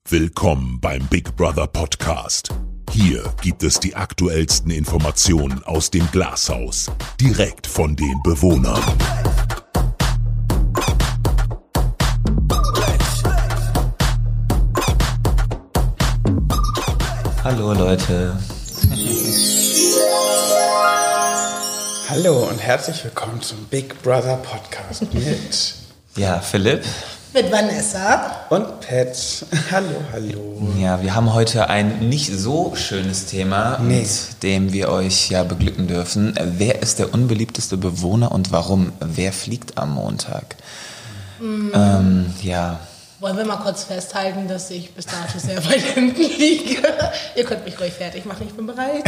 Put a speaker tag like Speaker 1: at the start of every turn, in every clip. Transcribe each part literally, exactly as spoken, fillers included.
Speaker 1: Willkommen beim Big Brother Podcast. Hier gibt es die aktuellsten Informationen aus dem Glashaus, direkt von den Bewohnern.
Speaker 2: Hallo Leute.
Speaker 3: Hallo und herzlich willkommen zum Big Brother Podcast mit
Speaker 2: Ja, Philipp.
Speaker 4: Mit Vanessa.
Speaker 3: und Pat. Hallo, hallo.
Speaker 2: Ja, wir haben heute ein nicht so schönes Thema,
Speaker 3: Nee.
Speaker 2: mit dem wir euch ja beglücken dürfen. Wer ist der unbeliebteste Bewohner und warum? Wer fliegt am Montag? Mhm. Ähm, ja.
Speaker 4: Wollen wir mal kurz festhalten, dass ich bis dato sehr weit hinten liege. Ihr könnt mich ruhig fertig machen, ich bin bereit.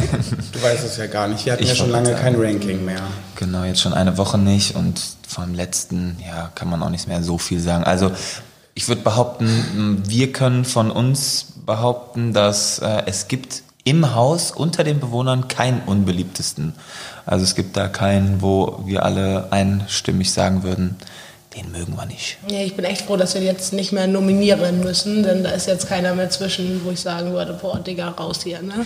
Speaker 3: Du weißt es ja gar nicht. Wir hatten
Speaker 2: Ich
Speaker 3: ja schon
Speaker 2: wollte
Speaker 3: lange
Speaker 2: sagen.
Speaker 3: kein Ranking mehr.
Speaker 2: Genau, jetzt schon eine Woche nicht und vom letzten, ja, kann man auch nicht mehr so viel sagen. Also ich würde behaupten, wir können von uns behaupten, dass äh, es gibt im Haus unter den Bewohnern keinen unbeliebtesten. Also es gibt da keinen, wo wir alle einstimmig sagen würden, den mögen wir nicht.
Speaker 4: Ja, ich bin echt froh, dass wir jetzt nicht mehr nominieren müssen, denn da ist jetzt keiner mehr zwischen, wo ich sagen würde, boah, Digga, raus hier, ne?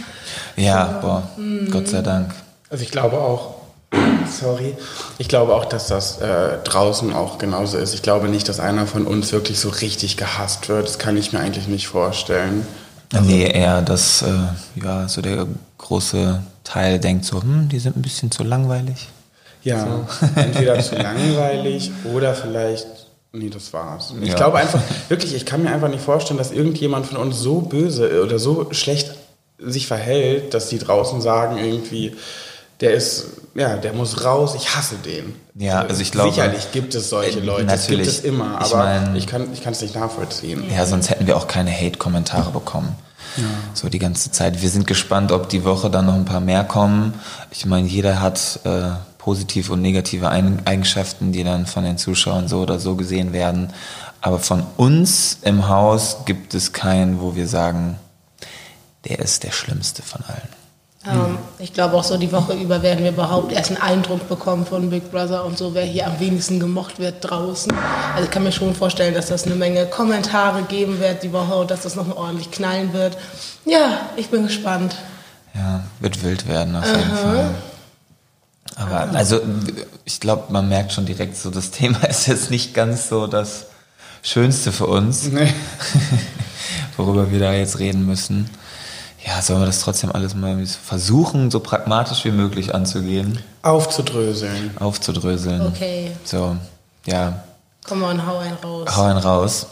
Speaker 2: Ja, boah, Gott sei Dank.
Speaker 3: Also ich glaube auch, sorry, ich glaube auch, dass das äh, draußen auch genauso ist. Ich glaube nicht, dass einer von uns wirklich so richtig gehasst wird. Das kann ich mir eigentlich nicht vorstellen.
Speaker 2: Nee, eher, dass äh, ja, so der große Teil denkt so, hm, die sind ein bisschen zu langweilig.
Speaker 3: Ja, entweder zu langweilig oder vielleicht, nee, das war's. Ich
Speaker 2: Ja.
Speaker 3: glaube einfach, wirklich, ich kann mir einfach nicht vorstellen, dass irgendjemand von uns so böse oder so schlecht sich verhält, dass die draußen sagen irgendwie, der ist, ja, der muss raus, ich hasse den.
Speaker 2: Ja, also ich glaube-
Speaker 3: Sicherlich gibt es solche
Speaker 2: Äh,
Speaker 3: Leute, das gibt
Speaker 2: natürlich.
Speaker 3: es immer,
Speaker 2: Ich
Speaker 3: aber
Speaker 2: mein-
Speaker 3: ich kann ich kann es nicht nachvollziehen.
Speaker 2: Ja, sonst hätten wir auch keine Hate-Kommentare bekommen. Ja. So die ganze Zeit. Wir sind gespannt, ob die Woche dann noch ein paar mehr kommen. Ich meine, jeder hat äh, positive und negative Ein- Eigenschaften, die dann von den Zuschauern so oder so gesehen werden. Aber von uns im Haus gibt es keinen, wo wir sagen, der ist der Schlimmste von allen.
Speaker 4: Ähm, ich glaube auch so, die Woche über werden wir überhaupt erst einen Eindruck bekommen von Big Brother und so, wer hier am wenigsten gemocht wird draußen. Also ich kann mir schon vorstellen, dass das eine Menge Kommentare geben wird die Woche und dass das noch ordentlich knallen wird. Ja, ich bin gespannt.
Speaker 2: Ja, wird wild werden auf jeden Fall. Aber also ich glaube, man merkt schon direkt so, das Thema ist jetzt nicht ganz so das Schönste für uns,
Speaker 3: Nee.
Speaker 2: worüber wir da jetzt reden müssen. Ja, sollen wir das trotzdem alles mal versuchen, so pragmatisch wie möglich anzugehen,
Speaker 3: Aufzudröseln.
Speaker 2: aufzudröseln.
Speaker 4: Okay,
Speaker 2: So, ja,
Speaker 4: komm mal und hau einen raus.
Speaker 2: hau einen raus.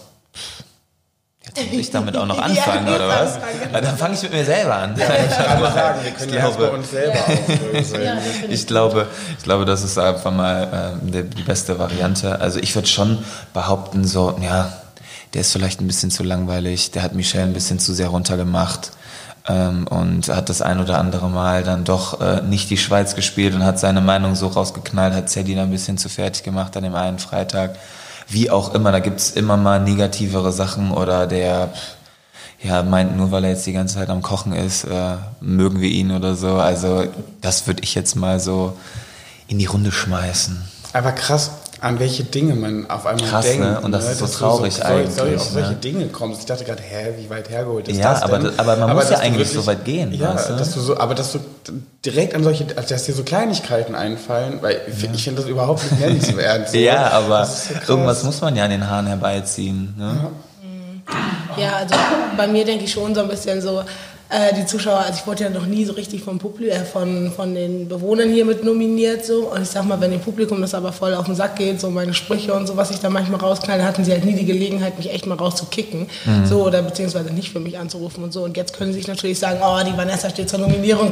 Speaker 2: Jetzt muss ich damit auch noch anfangen,
Speaker 4: Ja,
Speaker 2: oder was?
Speaker 4: anfangen.
Speaker 2: Na, dann fange ich mit mir selber an.
Speaker 3: Ich kann mal sagen, wir können
Speaker 2: Ich
Speaker 3: ja erst bei
Speaker 2: glaube-
Speaker 3: uns selber aufdröseln.
Speaker 4: Ja, das finde
Speaker 2: Ich glaube, ich glaube, das ist einfach mal äh, die, die beste Variante. Also ich würde schon behaupten, so, ja, der ist vielleicht ein bisschen zu langweilig, der hat Michelle ein bisschen zu sehr runtergemacht ähm, und hat das ein oder andere Mal dann doch äh, nicht die Schweiz gespielt und hat seine Meinung so rausgeknallt, hat Selina ein bisschen zu fertig gemacht an dem einen Freitag. Wie auch immer, da gibt's immer mal negativere Sachen oder der ja, meint, nur weil er jetzt die ganze Zeit am Kochen ist, äh, mögen wir ihn oder so. Also das würde ich jetzt mal so in die Runde schmeißen.
Speaker 3: Aber krass, an welche Dinge man auf einmal
Speaker 2: Krass,
Speaker 3: denkt.
Speaker 2: ne? Und das ist so
Speaker 3: dass du
Speaker 2: traurig
Speaker 3: so,
Speaker 2: eigentlich,
Speaker 3: Soll auf solche
Speaker 2: ne?
Speaker 3: Dinge kommst. Ich dachte gerade, hä, wie weit hergeholt ist
Speaker 2: Ja,
Speaker 3: das
Speaker 2: aber
Speaker 3: denn?
Speaker 2: das- aber man muss ja
Speaker 3: dass du
Speaker 2: eigentlich so weit gehen,
Speaker 3: Ja,
Speaker 2: weißt du?
Speaker 3: dass du so, aber dass du direkt an solche, also dass dir so Kleinigkeiten einfallen, weil ich, ich finde das überhaupt nicht nennenswert. So.
Speaker 2: Ja, aber
Speaker 3: Das ist so krass.
Speaker 2: irgendwas muss man ja an den Haaren herbeiziehen. Ne?
Speaker 4: Ja, also bei mir denke ich schon so ein bisschen so, äh, die Zuschauer, also ich wurde ja noch nie so richtig vom Publikum, äh, von, von den Bewohnern hier mit nominiert so. Und ich sag mal, wenn dem Publikum das aber voll auf den Sack geht, so meine Sprüche und so, was ich da manchmal rausknall, hatten sie halt nie die Gelegenheit, mich echt mal rauszukicken. So, oder beziehungsweise nicht für mich anzurufen und so. Und jetzt können sie sich natürlich sagen, oh, die Vanessa steht zur Nominierung.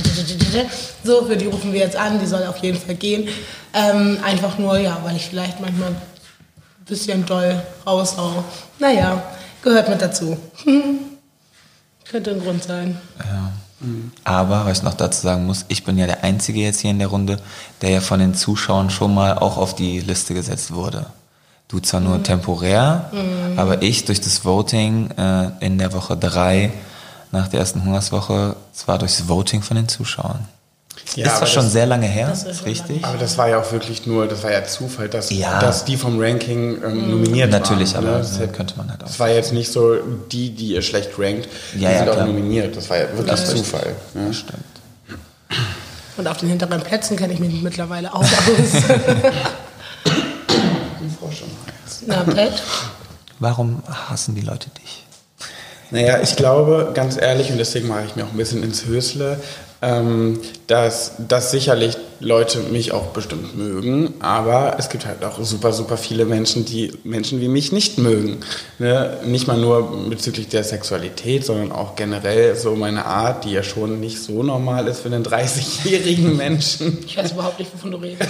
Speaker 4: So, für die rufen wir jetzt an, die soll auf jeden Fall gehen. Ähm, einfach nur, ja, weil ich vielleicht manchmal ein bisschen doll raushau. Naja, gehört mit dazu. Könnte ein Grund sein.
Speaker 2: Ja. Aber, was ich noch dazu sagen muss, ich bin ja der Einzige jetzt hier in der Runde, der ja von den Zuschauern schon mal auch auf die Liste gesetzt wurde. Du zwar nur temporär, aber ich durch das Voting äh, in der Woche drei nach der ersten Hungerswoche, zwar durchs Voting von den Zuschauern.
Speaker 3: Ja,
Speaker 2: ist das schon
Speaker 3: das,
Speaker 2: sehr lange her,
Speaker 4: das ist
Speaker 2: richtig?
Speaker 3: aber das war ja auch wirklich nur, das war ja Zufall, dass,
Speaker 2: Ja.
Speaker 3: dass die vom Ranking ähm, nominiert
Speaker 2: Natürlich,
Speaker 3: waren.
Speaker 2: aber
Speaker 3: Ne? Das,
Speaker 2: das könnte man halt auch.
Speaker 3: das war jetzt nicht so, die, die ihr schlecht rankt, die
Speaker 2: Ja, ja,
Speaker 3: sind auch
Speaker 2: klar.
Speaker 3: nominiert. Das war ja wirklich
Speaker 2: Das ist
Speaker 3: Zufall. Ne?
Speaker 2: Stimmt.
Speaker 4: Und auf den hinteren Plätzen kenne ich mich mittlerweile auch aus. Na, Pat?
Speaker 2: Warum hassen die Leute dich?
Speaker 3: Naja, ich glaube, ganz ehrlich, und deswegen mache ich mir auch ein bisschen ins Hösle, ähm, dass, dass sicherlich Leute mich auch bestimmt mögen, aber es gibt halt auch super, super viele Menschen, die Menschen wie mich nicht mögen. Ne? Nicht mal nur bezüglich der Sexualität, sondern auch generell so meine Art, die ja schon nicht so normal ist für einen dreißigjährigen Menschen.
Speaker 4: Ich weiß überhaupt nicht, wovon du redest.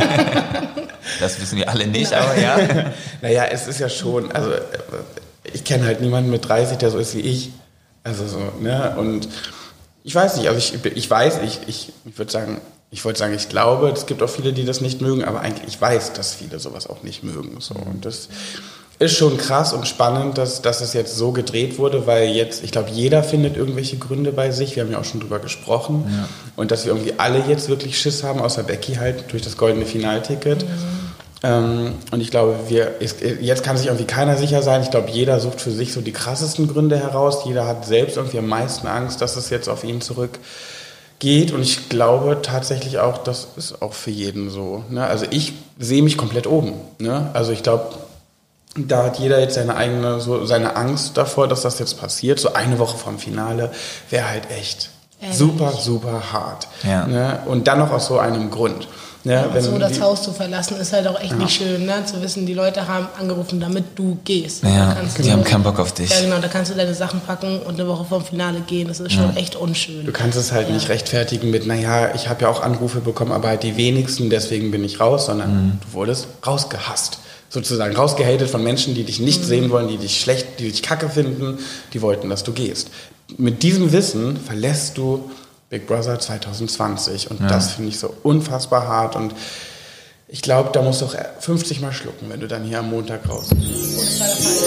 Speaker 2: Das wissen wir alle nicht, aber ja.
Speaker 3: Naja, es ist ja schon, also ich kenne halt niemanden mit dreißig, der so ist wie ich. Also so, ne? Und ich weiß nicht, also ich, ich weiß, ich, ich, ich würde sagen, ich wollte sagen, ich glaube, es gibt auch viele, die das nicht mögen, aber eigentlich, ich weiß, dass viele sowas auch nicht mögen. So. Und das ist schon krass und spannend, dass, dass es jetzt so gedreht wurde, weil jetzt, ich glaube, jeder findet irgendwelche Gründe bei sich. Wir haben ja auch schon drüber gesprochen. Ja. Und dass wir irgendwie alle jetzt wirklich Schiss haben, außer Becky halt, durch das goldene Finalticket. Mhm. Ähm, und ich glaube, wir, jetzt kann sich irgendwie keiner sicher sein. Ich glaube, jeder sucht für sich so die krassesten Gründe heraus. Jeder hat selbst irgendwie am meisten Angst, dass es jetzt auf ihn zurückgeht. Und ich glaube tatsächlich auch, das ist auch für jeden so. Ne? Also ich sehe mich komplett oben. Ne? Also ich glaube, da hat jeder jetzt seine eigene, so seine Angst davor, dass das jetzt passiert. So eine Woche vorm Finale wäre halt echt Ehrlich? super, super hart. Ja. Ne? Und dann noch aus so einem Grund. Ja,
Speaker 4: ja,
Speaker 3: wenn
Speaker 4: so das
Speaker 3: die,
Speaker 4: Haus zu verlassen, ist halt auch echt ja. nicht schön, ne? Zu wissen, die Leute haben angerufen, damit du gehst.
Speaker 2: Ja,
Speaker 4: kannst
Speaker 2: die
Speaker 4: du,
Speaker 2: haben keinen Bock auf dich.
Speaker 4: Ja, genau, da kannst du deine Sachen packen und eine Woche vorm Finale gehen. Das ist schon ja. echt unschön.
Speaker 3: Du kannst es halt ja. nicht rechtfertigen mit, naja, ich habe ja auch Anrufe bekommen, aber halt die wenigsten, deswegen bin ich raus, sondern mhm. du wurdest rausgehasst. Sozusagen rausgehatet von Menschen, die dich nicht mhm. sehen wollen, die dich schlecht, die dich kacke finden, die wollten, dass du gehst. Mit diesem Wissen verlässt du Big Brother zwanzig zwanzig und ja. das finde ich so unfassbar hart und ich glaube, da musst du auch fünfzig Mal schlucken, wenn du dann hier am Montag raus bist.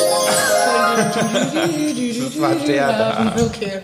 Speaker 3: Das war der da.
Speaker 4: Okay.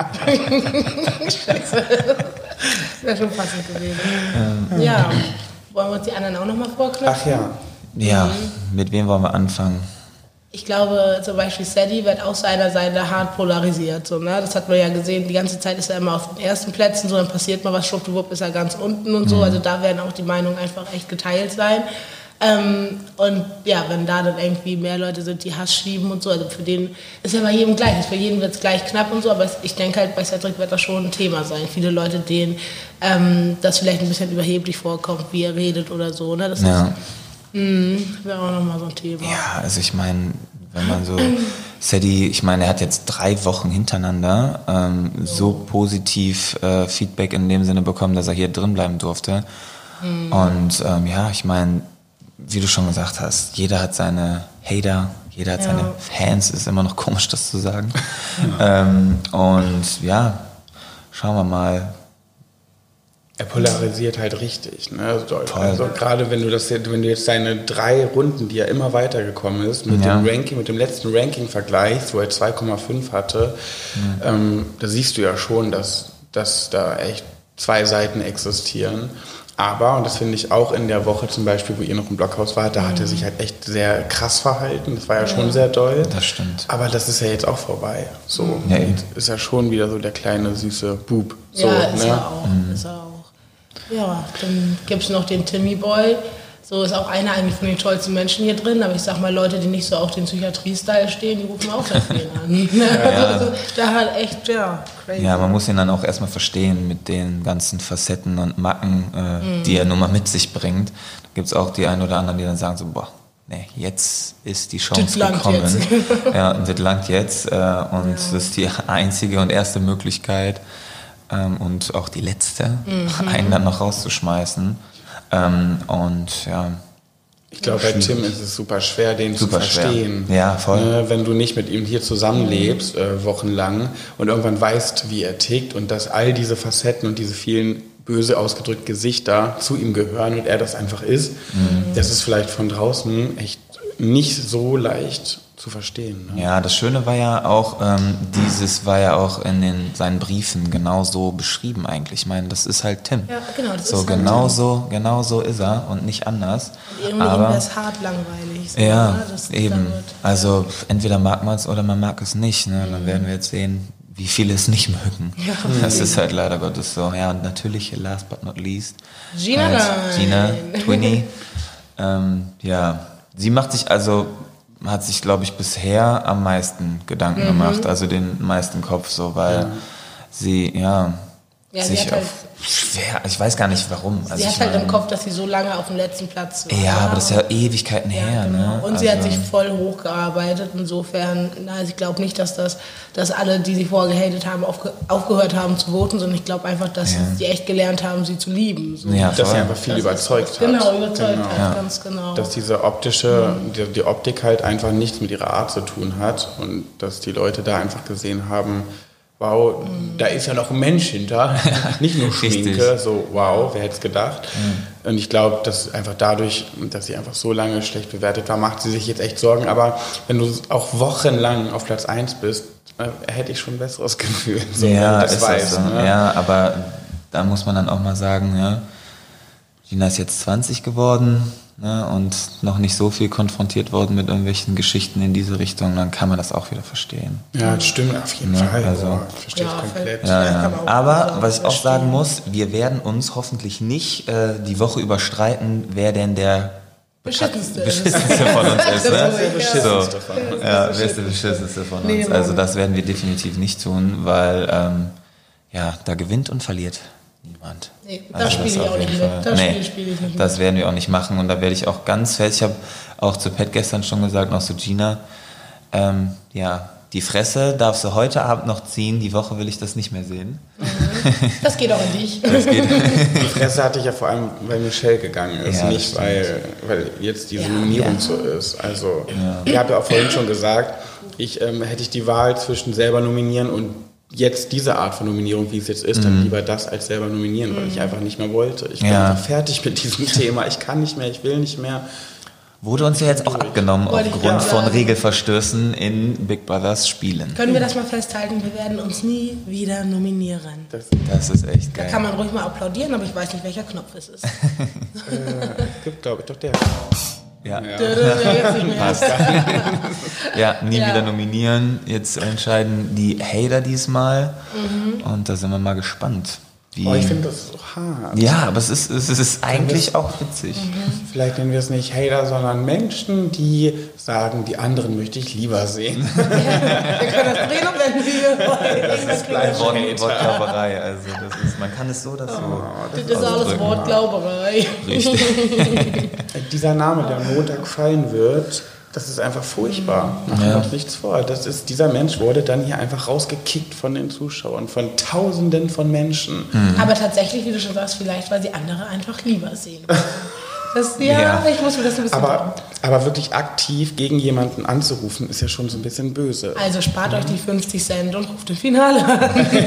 Speaker 4: Scheiße. Das wäre schon passend gewesen. Ähm. Ja. Wollen wir uns die anderen auch nochmal vorknüpfen?
Speaker 3: Ach ja.
Speaker 2: Ja, mhm. mit wem wollen wir anfangen?
Speaker 4: Ich glaube, zum Beispiel Sadie wird auch so einer sein, der hart polarisiert. So, ne? Das hat man ja gesehen, die ganze Zeit ist er immer auf den ersten Plätzen, so, dann passiert mal was, schwuppdiwupp ist er ganz unten und so. Mhm. Also da werden auch die Meinungen einfach echt geteilt sein. Ähm, und ja, wenn da dann irgendwie mehr Leute sind, die Hass schieben und so, also für den ist ja bei jedem gleich, für jeden wird es gleich knapp und so, aber ich denke halt, bei Cedric wird das schon ein Thema sein. Viele Leute, denen ähm, das vielleicht ein bisschen überheblich vorkommt, wie er redet oder so. Ne? Das
Speaker 2: ja.
Speaker 4: ist, Mhm, wäre auch nochmal so ein Thema.
Speaker 2: Ja, also ich meine, wenn man so, Sadie, ich meine, er hat jetzt drei Wochen hintereinander ähm, oh. so positiv äh, Feedback in dem Sinne bekommen, dass er hier drin bleiben durfte. Mhm. Und ähm, ja, ich meine, wie du schon gesagt hast, jeder hat seine Hater, jeder hat ja. seine Fans, ist immer noch komisch, das zu sagen. Ja. Ähm, und ja, schauen wir mal.
Speaker 3: Er polarisiert halt richtig, ne? Also, also gerade wenn du das, wenn du jetzt seine drei Runden, die er immer weitergekommen ist, mit ja. dem Ranking, mit dem letzten Ranking vergleichst, wo er zwei Komma fünf hatte, ja. ähm, da siehst du ja schon, dass, dass da echt zwei Seiten existieren. Aber, und das finde ich auch in der Woche zum Beispiel, wo ihr noch im Blockhaus wart, da mhm. hat er sich halt echt sehr krass verhalten. Das war ja, ja schon sehr doll.
Speaker 2: Das stimmt.
Speaker 3: Aber das ist ja jetzt auch vorbei. So
Speaker 2: ja,
Speaker 3: und ist ja schon wieder so der kleine, süße Bub. So,
Speaker 4: ja, ist
Speaker 3: ne?
Speaker 4: er auch. Mhm. Ist er auch. Ja, dann gibt es noch den Timmy Boy. So ist auch einer eigentlich von den tollsten Menschen hier drin. Aber ich sag mal, Leute, die nicht so auf den Psychiatrie-Style stehen, die rufen auch deswegen an. Ja, ja. Also, da hat echt, ja, crazy.
Speaker 2: Ja, man muss ihn dann auch erstmal verstehen mit den ganzen Facetten und Macken, äh, mhm. die er nun mal mit sich bringt. Da gibt es auch die einen oder anderen, die dann sagen so, boah, nee, jetzt ist die Chance
Speaker 4: das
Speaker 2: gekommen.
Speaker 4: Jetzt.
Speaker 2: Ja, das langt jetzt. Äh, und ja. das ist die einzige und erste Möglichkeit. Ähm, und auch die letzte, mhm. einen dann noch rauszuschmeißen. Ähm, und ja.
Speaker 3: Ich glaube, bei Tim ist es super schwer, den super zu verstehen.
Speaker 2: Schwer. Ja, voll.
Speaker 3: Ne, wenn du nicht mit ihm hier zusammenlebst, äh, wochenlang, und irgendwann weißt, wie er tickt und dass all diese Facetten und diese vielen böse ausgedrückt Gesichter zu ihm gehören und er das einfach ist, mhm. das ist vielleicht von draußen echt nicht so leicht zu verstehen. Ne?
Speaker 2: Ja, das Schöne war ja auch, ähm, dieses war ja auch in den, seinen Briefen genau so beschrieben eigentlich. Ich meine, das ist halt Tim.
Speaker 4: Ja, genau, das
Speaker 2: so,
Speaker 4: ist halt
Speaker 2: genau
Speaker 4: Tim.
Speaker 2: so, genau so ist er und nicht anders.
Speaker 4: Und irgendwie
Speaker 2: Aber,
Speaker 4: wäre es hart langweilig. So,
Speaker 2: ja,
Speaker 4: ne? das,
Speaker 2: eben.
Speaker 4: Wird,
Speaker 2: also entweder mag man es oder man mag es nicht. Ne? Dann
Speaker 4: Mhm.
Speaker 2: werden wir jetzt sehen, wie viele es nicht mögen.
Speaker 4: Ja.
Speaker 2: Das ist halt leider Gottes so. Ja, und natürlich, last but not least,
Speaker 4: Gina
Speaker 2: halt
Speaker 4: Line.
Speaker 2: Gina, Twinnie. ähm, ja, sie macht sich also, hat sich, glaube ich, bisher am meisten Gedanken
Speaker 4: Mhm.
Speaker 2: gemacht, also den meisten Kopf so, weil
Speaker 3: Ja.
Speaker 2: sie, ja,
Speaker 4: Ja, sie
Speaker 2: sich
Speaker 4: hat halt-
Speaker 2: auf schwer, ich weiß gar nicht warum. Also
Speaker 4: sie hat
Speaker 2: ich
Speaker 4: halt
Speaker 2: meine,
Speaker 4: im Kopf, dass sie so lange auf dem letzten Platz war.
Speaker 2: ja, aber das ist ja Ewigkeiten
Speaker 4: Ja,
Speaker 2: her,
Speaker 4: genau.
Speaker 2: ne?
Speaker 4: Und sie hat
Speaker 2: Also-
Speaker 4: sich voll hochgearbeitet. Insofern, na, also ich glaube nicht, dass das, dass alle, die sie vorher gehatet haben, aufge, aufgehört haben zu voten, sondern ich glaube einfach, dass
Speaker 2: Ja.
Speaker 4: sie echt gelernt haben, sie zu lieben. So.
Speaker 2: Ja,
Speaker 3: Dass sie
Speaker 2: voll.
Speaker 3: einfach viel
Speaker 4: Das ist-
Speaker 3: überzeugt hat.
Speaker 4: Genau, überzeugt
Speaker 3: Genau.
Speaker 4: hat,
Speaker 2: Ja.
Speaker 4: ganz genau.
Speaker 3: Dass diese optische, die, die Optik halt einfach nichts mit ihrer Art zu tun hat und dass die Leute da einfach gesehen haben, wow, da ist ja noch ein Mensch hinter, nicht nur Schminke,
Speaker 2: Richtig.
Speaker 3: so wow, wer hätte es gedacht. Und ich glaube, dass einfach dadurch, dass sie einfach so lange schlecht bewertet war, macht sie sich jetzt echt Sorgen. Aber wenn du auch wochenlang auf Platz eins bist, äh, hätte ich schon ein besseres Gefühl. So, wenn
Speaker 2: Ja,
Speaker 3: du das
Speaker 2: ist
Speaker 3: weißt,
Speaker 2: das so.
Speaker 3: ne?
Speaker 2: Ja, aber da muss man dann auch mal sagen, ja, Gina ist jetzt zwanzig geworden, ne, und noch nicht so viel konfrontiert worden mit irgendwelchen Geschichten in diese Richtung, dann kann man das auch wieder verstehen.
Speaker 3: Ja, das stimmt auf jeden
Speaker 2: Ja,
Speaker 3: Fall.
Speaker 2: also-
Speaker 3: Boah, ich verstehe
Speaker 4: Ja,
Speaker 3: es komplett.
Speaker 2: Ja,
Speaker 4: Ja,
Speaker 2: ja.
Speaker 4: kann man auch
Speaker 2: Aber
Speaker 4: sagen,
Speaker 2: was ich auch
Speaker 4: verstehen.
Speaker 2: sagen muss, wir werden uns hoffentlich nicht äh, die Woche überstreiten, wer denn der
Speaker 4: Beschissenste ist.
Speaker 2: beschissenste von uns ist.
Speaker 4: Das
Speaker 2: Ne?
Speaker 4: ist der
Speaker 3: beschissenste
Speaker 2: So.
Speaker 3: von uns.
Speaker 2: Ja, wer ist der beschissenste von uns?
Speaker 4: Nee, Mann.
Speaker 2: Also das werden wir definitiv nicht tun, weil ähm, ja, da gewinnt und verliert niemand.
Speaker 4: Nee, da
Speaker 2: Also
Speaker 4: spiele ich
Speaker 2: auf
Speaker 4: auch nicht
Speaker 2: jeden
Speaker 4: mit.
Speaker 2: Fall.
Speaker 4: Das
Speaker 2: Nee,
Speaker 4: Spiel spiele ich nicht
Speaker 2: das
Speaker 4: mit.
Speaker 2: werden wir auch nicht machen und da werde ich auch ganz fest, ich habe auch zu Pat gestern schon gesagt, noch zu Gina, ähm, ja, die Fresse darfst du heute Abend noch ziehen, die Woche will ich das nicht mehr sehen.
Speaker 4: Das geht auch in dich.
Speaker 2: Das geht.
Speaker 3: Die Fresse hatte ich ja vor allem, weil Michelle gegangen ist,
Speaker 2: Ja, das
Speaker 3: nicht weil, weil jetzt diese
Speaker 4: Ja.
Speaker 3: Nominierung
Speaker 2: Ja.
Speaker 3: so ist. Also ich habe ja auch vorhin schon gesagt, ich ähm, hätte ich die Wahl zwischen selber nominieren und jetzt diese Art von Nominierung, wie es jetzt ist, dann lieber das als selber nominieren, weil ich einfach nicht mehr wollte. Ich bin
Speaker 2: Ja.
Speaker 3: einfach fertig mit diesem Thema. Ich kann nicht mehr, ich will nicht mehr.
Speaker 2: Wurde uns ja jetzt auch abgenommen
Speaker 4: Wollte ich
Speaker 2: aufgrund
Speaker 4: gerade
Speaker 2: von
Speaker 4: sagen.
Speaker 2: Regelverstößen in Big Brothers Spielen.
Speaker 4: Können wir das mal festhalten? Wir werden uns nie wieder nominieren.
Speaker 3: Das
Speaker 2: Das ist echt
Speaker 4: Da
Speaker 2: geil.
Speaker 4: kann man ruhig mal applaudieren, aber ich weiß nicht, welcher Knopf es ist.
Speaker 3: gibt, glaube ich, doch der.
Speaker 2: Ja.
Speaker 3: Ja.
Speaker 4: Jetzt nicht mehr.
Speaker 2: Passt. Ja, nie
Speaker 4: Ja.
Speaker 2: wieder nominieren. Jetzt entscheiden die Hater diesmal.
Speaker 4: Mhm.
Speaker 2: Und da sind wir mal gespannt. Wie
Speaker 3: Oh, ich finde das so hart.
Speaker 2: ja, aber es ist, es ist eigentlich auch witzig.
Speaker 4: Mhm.
Speaker 3: Vielleicht nennen wir es nicht Hater, sondern Menschen, die sagen, die anderen möchte ich lieber sehen.
Speaker 4: Wir können das drehen und wenden, wie wir wollen.
Speaker 3: Das bleibt
Speaker 2: Wort,
Speaker 3: Hater.
Speaker 2: Wortklauberei. Also das ist, man kann es so oder so.
Speaker 4: Das ist alles
Speaker 2: ausdrücken.
Speaker 4: Wortglauberei.
Speaker 2: Richtig.
Speaker 3: Dieser Name, der am Montag fallen wird, das ist einfach furchtbar. Machen wir
Speaker 2: Ja.
Speaker 3: uns nichts vor. Das ist, dieser Mensch wurde dann hier einfach rausgekickt von den Zuschauern, von Tausenden von Menschen.
Speaker 4: Aber tatsächlich, wie du schon sagst, vielleicht, weil sie andere einfach lieber sehen. Das, ja,
Speaker 2: Ja.
Speaker 4: ich muss mir das ein bisschen
Speaker 3: Aber, aber wirklich aktiv gegen jemanden anzurufen, ist ja schon so ein bisschen böse.
Speaker 4: Also spart euch die fünfzig Cent und ruft im Finale an.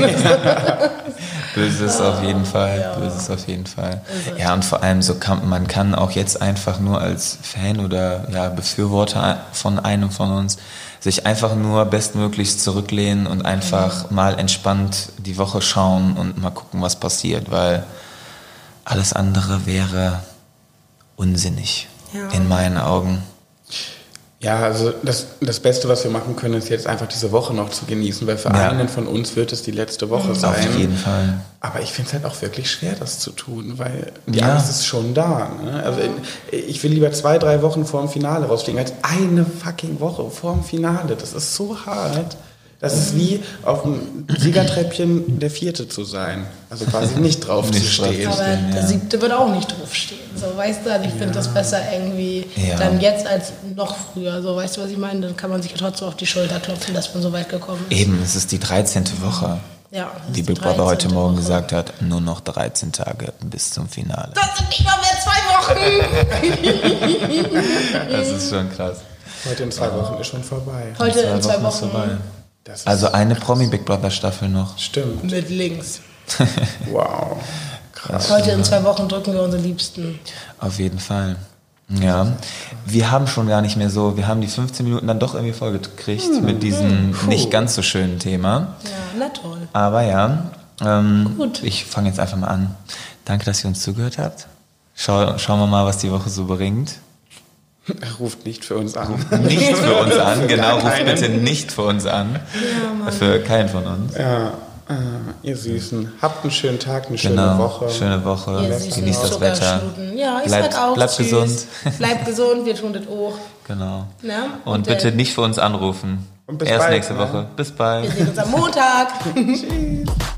Speaker 2: Böses auf jeden Fall, Böses auf jeden Fall. Ja, und vor allem so kann man kann auch jetzt einfach nur als Fan oder ja, Befürworter von einem von uns sich einfach nur bestmöglichst zurücklehnen und einfach mal entspannt die Woche schauen und mal gucken, was passiert, weil alles andere wäre unsinnig
Speaker 4: Ja.
Speaker 2: in meinen Augen.
Speaker 3: Ja, also das, das Beste, was wir machen können, ist jetzt einfach diese Woche noch zu genießen, weil für
Speaker 2: Ja.
Speaker 3: einen von uns wird es die letzte Woche sein.
Speaker 2: Auf jeden Fall.
Speaker 3: Aber ich finde es halt auch wirklich schwer, das zu tun, weil die
Speaker 2: Ja.
Speaker 3: Angst ist schon da. Ne? Also ich will lieber zwei, drei Wochen vor dem Finale rausfliegen, als eine fucking Woche vor dem Finale. Das ist so hart. Das ist wie auf dem Siegertreppchen der Vierte zu sein. Also quasi nicht drauf
Speaker 2: Nicht
Speaker 3: zu stehen.
Speaker 2: drauf.
Speaker 4: Aber
Speaker 2: Stimmt,
Speaker 4: der
Speaker 2: ja.
Speaker 4: Siebte wird auch nicht draufstehen. So, weißt du, also ich finde das besser irgendwie
Speaker 2: Ja.
Speaker 4: dann jetzt als noch früher. So, weißt du, was ich meine? Dann kann man sich ja trotzdem auf die Schulter klopfen, dass man so weit gekommen ist.
Speaker 2: Eben, es ist die dreizehnte Woche.
Speaker 4: Ja, das
Speaker 2: Die
Speaker 4: ist
Speaker 2: Big Brother heute
Speaker 4: dreizehnte
Speaker 2: Morgen
Speaker 4: Woche.
Speaker 2: gesagt hat, nur noch dreizehn Tage bis zum Finale.
Speaker 4: Das sind nicht mal mehr zwei Wochen.
Speaker 2: Das ist schon krass.
Speaker 3: Heute in zwei Wochen ist schon vorbei.
Speaker 4: Heute in zwei
Speaker 2: ist
Speaker 4: Wochen
Speaker 2: vorbei.
Speaker 3: Das ist,
Speaker 2: Also eine Promi-Big Brother Staffel noch.
Speaker 3: stimmt.
Speaker 4: mit links.
Speaker 3: Wow. Krass.
Speaker 4: Heute in zwei Wochen drücken wir unsere Liebsten.
Speaker 2: Auf jeden Fall. Ja, wir haben schon gar nicht mehr so, wir haben die fünfzehn Minuten dann doch irgendwie vollgekriegt hm. mit diesem hm. nicht ganz so schönen Thema.
Speaker 4: Ja, na toll.
Speaker 2: Aber ja, ähm, Gut. ich fange jetzt einfach mal an. Danke, dass ihr uns zugehört habt. Schau, schauen wir mal, was die Woche so bringt.
Speaker 3: Ruft nicht für uns an.
Speaker 2: Ruft nicht für uns an, genau, ruft bitte nicht für uns an. Ja, für keinen von uns.
Speaker 3: Ja, äh, ihr Süßen. Habt einen schönen Tag, eine
Speaker 2: genau,
Speaker 3: schöne Woche.
Speaker 2: schöne Woche, genießt das Wetter.
Speaker 4: Ja, ich
Speaker 2: bleibt,
Speaker 4: sag auch
Speaker 2: bleibt
Speaker 4: tschüss.
Speaker 2: gesund.
Speaker 4: Bleibt gesund, wir tun das auch.
Speaker 2: Genau.
Speaker 4: Ja,
Speaker 2: und, und bitte nicht für uns anrufen.
Speaker 3: Und bis
Speaker 2: Erst
Speaker 3: bald,
Speaker 2: nächste
Speaker 3: ne?
Speaker 2: Woche. Bis bald.
Speaker 4: Wir sehen uns am Montag. Tschüss.